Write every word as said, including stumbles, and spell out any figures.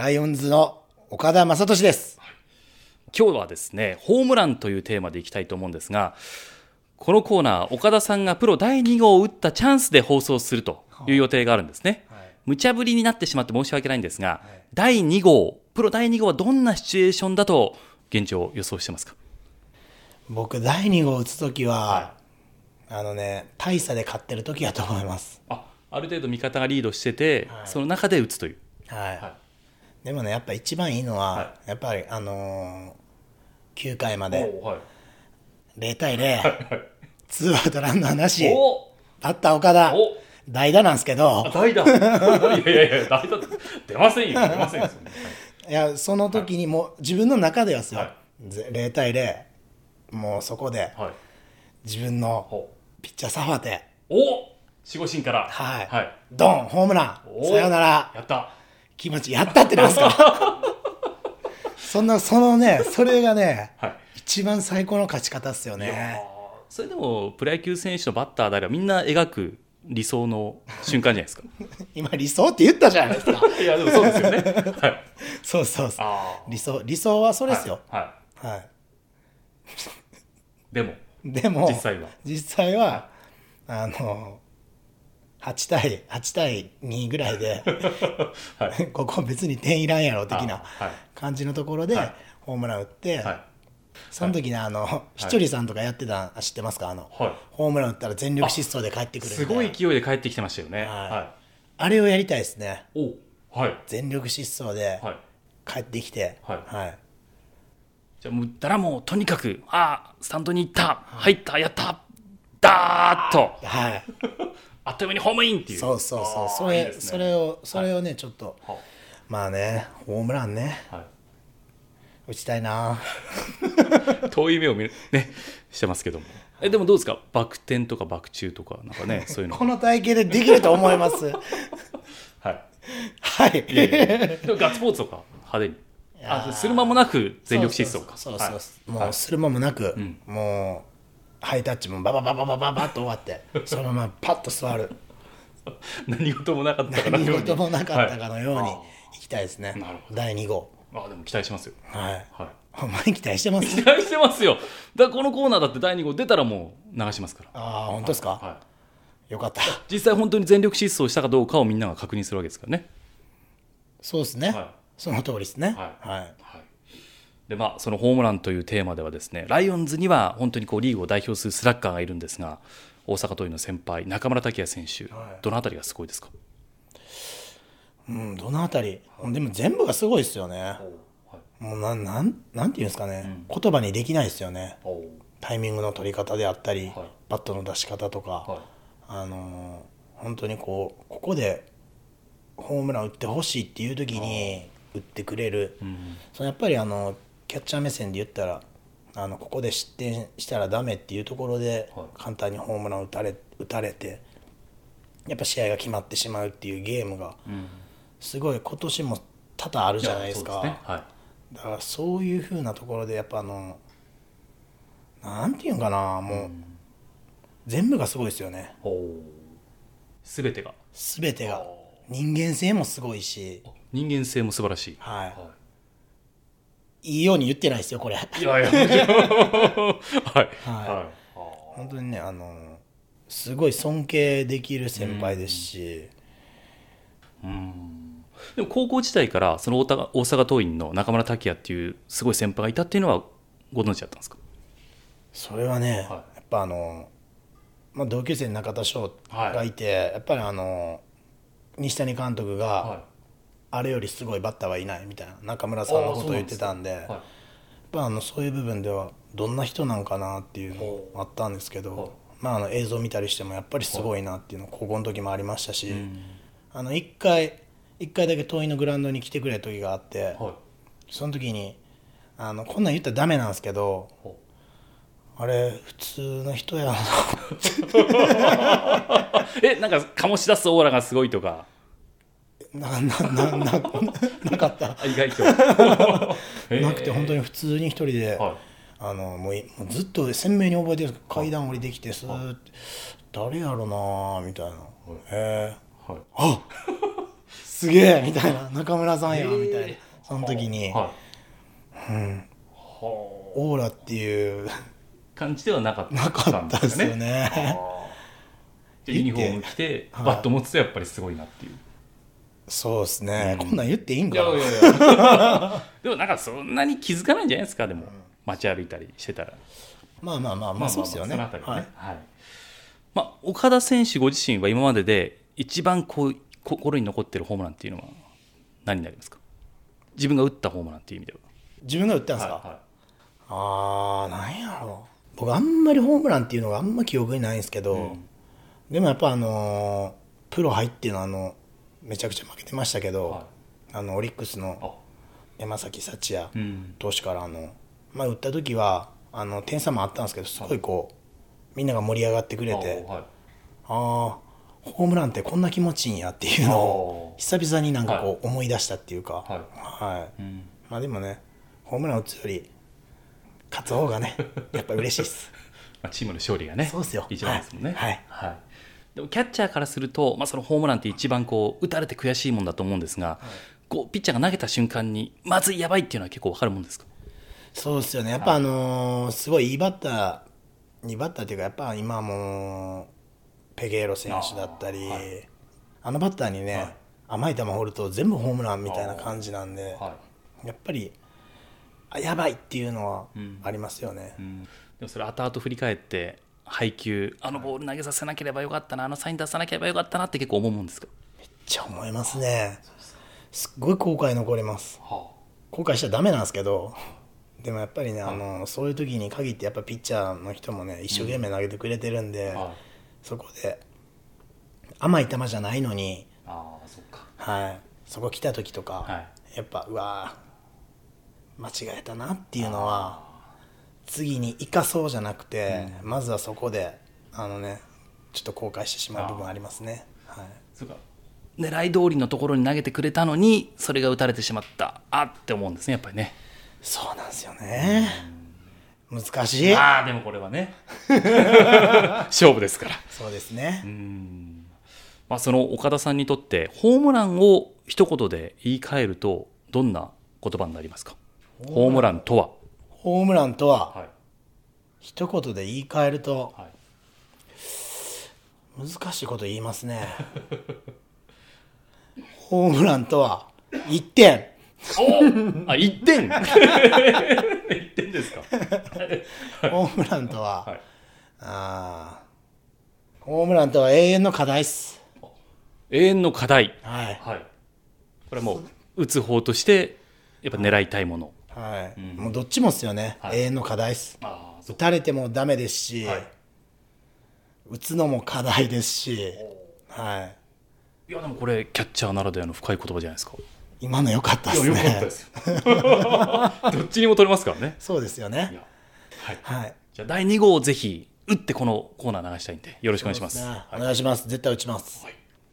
ライオンズの岡田正俊です。 今日はですね、ホームランというテーマでいきたいと思うんですが、このコーナー、岡田さんがプロだいに号を打ったチャンスで放送するという予定があるんですね。はい、無茶ぶりになってしまって申し訳ないんですが、はい、だいに号、プロだいに号はどんなシチュエーションだと現状予想してますか？ 僕だいに号を打つときは、はい、あのね、大差で勝ってるときだと思います。 あ、ある程度味方がリードしてて、はい、その中で打つという。 はい。はい、でもね、やっぱ一番いいのは、はい、やっぱりあのー、きゅうかいまでゼロたいゼロ、はいはい、ツーアウトランナーなし、バッター岡田、代打なんですけど、 代打いやいやいや、代打出ませんよ、出ませんよ。 いや、その時にもう自分の中ではですよ、はい、ゼロたいゼロ、もうそこで自分のピッチャーサファテ、 お守護神から、 はい、はい、ドンホームラン、さよなら、 やった気持ちやったってなんですかそんなそのね、それがね、はい、一番最高の勝ち方っすよね。 それでもプロ野球選手のバッターであればみんな描く理想の瞬間じゃないですか今理想って言ったじゃないですかいやでもそうですよね、はい、 そうそうそう、理想理想はそれですよ。はい、はいはい、 でもでも実際は実際はあのはちたいはちたいにぐらいで、はい、ここ別に点いらんやろ的な感じのところでホームラン打って、はい、その時にあの、はい、ひとりさんとかやってた知ってますか？あの、はい、ホームラン打ったら全力疾走で帰ってくるみたいな、 すごい勢いで帰ってきてましたよね。はいはい、 あれをやりたいですね。 お、はい、 全力疾走で帰ってきて、はいはい、 じゃあ打ったらもうとにかくあスタンドに行った、はい、入ったやったダーッと、はい、あっという間にホームインっていう。 そうそうそう、それ、いいですね、それをそれをね、はい、ちょっと、はまあね、ホームランね、はい、打ちたいな遠い目を見る、ね、してますけども。えでもどうですか、バク転とかバク宙とかなんかね、そういうのこの体型でできると思いますはいはい、 いやいやいや、でもガッツポーズとか派手にあする間もなく全力疾走か。 そうそうそうそう、はい、もうする間もなく、うん、もうハイタッチもバババババババッと終わってそのままパッと座る何事もなかったかのように何事もなかったかのように行きたいですね、はい、だいに号。 あでも期待しますよ。はい、はい、 ほんまに期待してます期待してますよ。だからこのコーナーだってだいに号出たらもう流しますから。 ああ本当ですか、はいはい、よかった。 実際本当に全力疾走したかどうかをみんなが確認するわけですからね。 そうですね、はい、その通りですね。 はい、はいはい、でまあ、そのホームランというテーマではですね、ライオンズには本当にこうリーグを代表するスラッガーがいるんですが、大阪桐蔭の先輩中村剛也選手、はい、どのあたりがすごいですか？ うん、どのあたり、はい、でも全部がすごいですよね。はい、もうなんなんなんていうんですかね、うん、言葉にできないですよね。タイミングの取り方であったり、はい、バットの出し方とか、はい、あのー、本当にこうここでホームラン打ってほしいっていう時に打ってくれる、うん、そのやっぱりあのキャッチャー目線で言ったらあのここで失点したらダメっていうところで簡単にホームラン打たれ、打たれてやっぱ試合が決まってしまうっていうゲームがすごい今年も多々あるじゃないですか。そうですね、はい、だからそういう風なところでやっぱあのなんていうんかな、もう、うん、全部がすごいですよね。 すべてがすべてが人間性もすごいし、 人間性も素晴らしい、 はいはい、いいように言ってないですよこれ。いやいやはい、はい、本当にね、あのすごい尊敬できる先輩ですし、 うん、うんでも高校時代からその大阪桐蔭の中村剛也っていうすごい先輩がいたっていうのはご存知だったんですか？ それはね、はい、やっぱあの、まあ、同級生に中田翔がいて、はい、やっぱりあの西谷監督が、はい、あれよりすごいバッターはいないみたいな中村さんのことを言ってたんで、はい、やっぱあのそういう部分ではどんな人なんかなっていうのもあったんですけど、はい、まあ、あの映像見たりしてもやっぱりすごいなっていうの高校の時もありましたし、はい、あの1回一回だけ桐蔭のグラウンドに来てくれた時があって、はい、その時にあのこんなん言ったらダメなんですけど、はい、あれ普通の人やなえなんか醸し出すオーラがすごいとかな, な, な, な, なかった意外となくて本当に普通に一人で、はい、あのもうもうずっと鮮明に覚えてる階段降りてきてスーッ、はい、誰やろなみたいな、はい、へえ、はい、あすげえみたいな、中村さんやみたいな、その時に、 はうん、オーラっていう感じではなかったなかったですよね。 じゃユニフォーム着てバット持つとやっぱりすごいなっていう。 そうですね、うん、こんなん言っていいんかな。 いやいやいやでもなんかそんなに気づかないんじゃないですか。でも、うん、街歩いたりしてたら、 まあまあまあまあそうですよね。 まあ岡田選手ご自身は今までで一番こう心に残ってるホームランっていうのは何になりますか？自分が打ったホームランっていう意味では。 自分が打ったんですか？はいはい、ああ、なんやろう、僕あんまりホームランっていうのがあんま記憶にないんですけど、うん、でもやっぱあのー、プロ入っていうのはあのめちゃくちゃ負けてましたけど、はい、あのオリックスの山崎福也投手からあの、まあ、打った時はあの点差もあったんですけど、すごいこうみんなが盛り上がってくれて、あ、はい、あホームランってこんな気持ちいいんやっていうのを久々になんかこう思い出したっていうか、はいはいはい、うん、まあでもね、ホームラン打つより勝つ方がねやっぱ嬉しいです。 まあチームの勝利がね、 そうですよ、 一番ですもんね。 はい、 はいはい、でもキャッチャーからすると、まあ、そのホームランって一番こう打たれて悔しいもんだと思うんですが、はい、こうピッチャーが投げた瞬間にまずいやばいっていうのは結構分かるもんですか？ そうですよね、やっぱあのー、すごいいいバッターにバッターっていうか、やっぱ今もうペゲーロ選手だったり あ,、はい、あのバッターにね、はい、甘い球放ると全部ホームランみたいな感じなんで、はい、やっぱりあやばいっていうのはありますよね、うんうん、 でもそれ後々振り返って配球、あのボール投げさせなければよかったな、あのサイン出さなければよかったなって結構思うもんですか？ めっちゃ思いますね。すっごい後悔残ります、はあ、後悔しちゃダメなんですけど、でもやっぱりね、あのそういう時に限ってやっぱピッチャーの人もね一生懸命投げてくれてるんで、うん、はい、そこで甘い球じゃないのに、 ああ、そっか、 はい、そこ来た時とか、 はい、 やっぱうわ間違えたなっていうのは次に生かそうじゃなくて、うん、まずはそこであのねちょっと後悔してしまう部分ありますね。はい、 そうか、狙い通りのところに投げてくれたのにそれが打たれてしまった、あって思うんですね、やっぱりね。 そうなんですよね、うん、難しい。 ああ、でもこれはね勝負ですから。 そうですね。 うん、まあ、その岡田さんにとってホームランを一言で言い換えるとどんな言葉になりますか？ホームランとは。 ホームランとは、はい、一言で言い換えると、はい、難しいこと言いますねホームランとはいってん。 おあ、いってんいってんですかホームランとは、はい、あホームランとは永遠の課題っす。 永遠の課題、 はい、 はい、これはもう打つ方としてやっぱ狙いたいもの、 はい、うん、もうどっちもっすよね、はい、永遠の課題っす。あ、打たれてもダメですし、はい、打つのも課題ですし、はい、 いやでもこれキャッチャーならではの深い言葉じゃないですか。 今の良かったですね。 良かったですよどっちにも取れますからね。 そうですよね。 いや、はいはい、 じゃあだいに号をぜひ打ってこのコーナー流したいんでよろしくお願いします。 ね、お願いします。絶対打ちます。はい。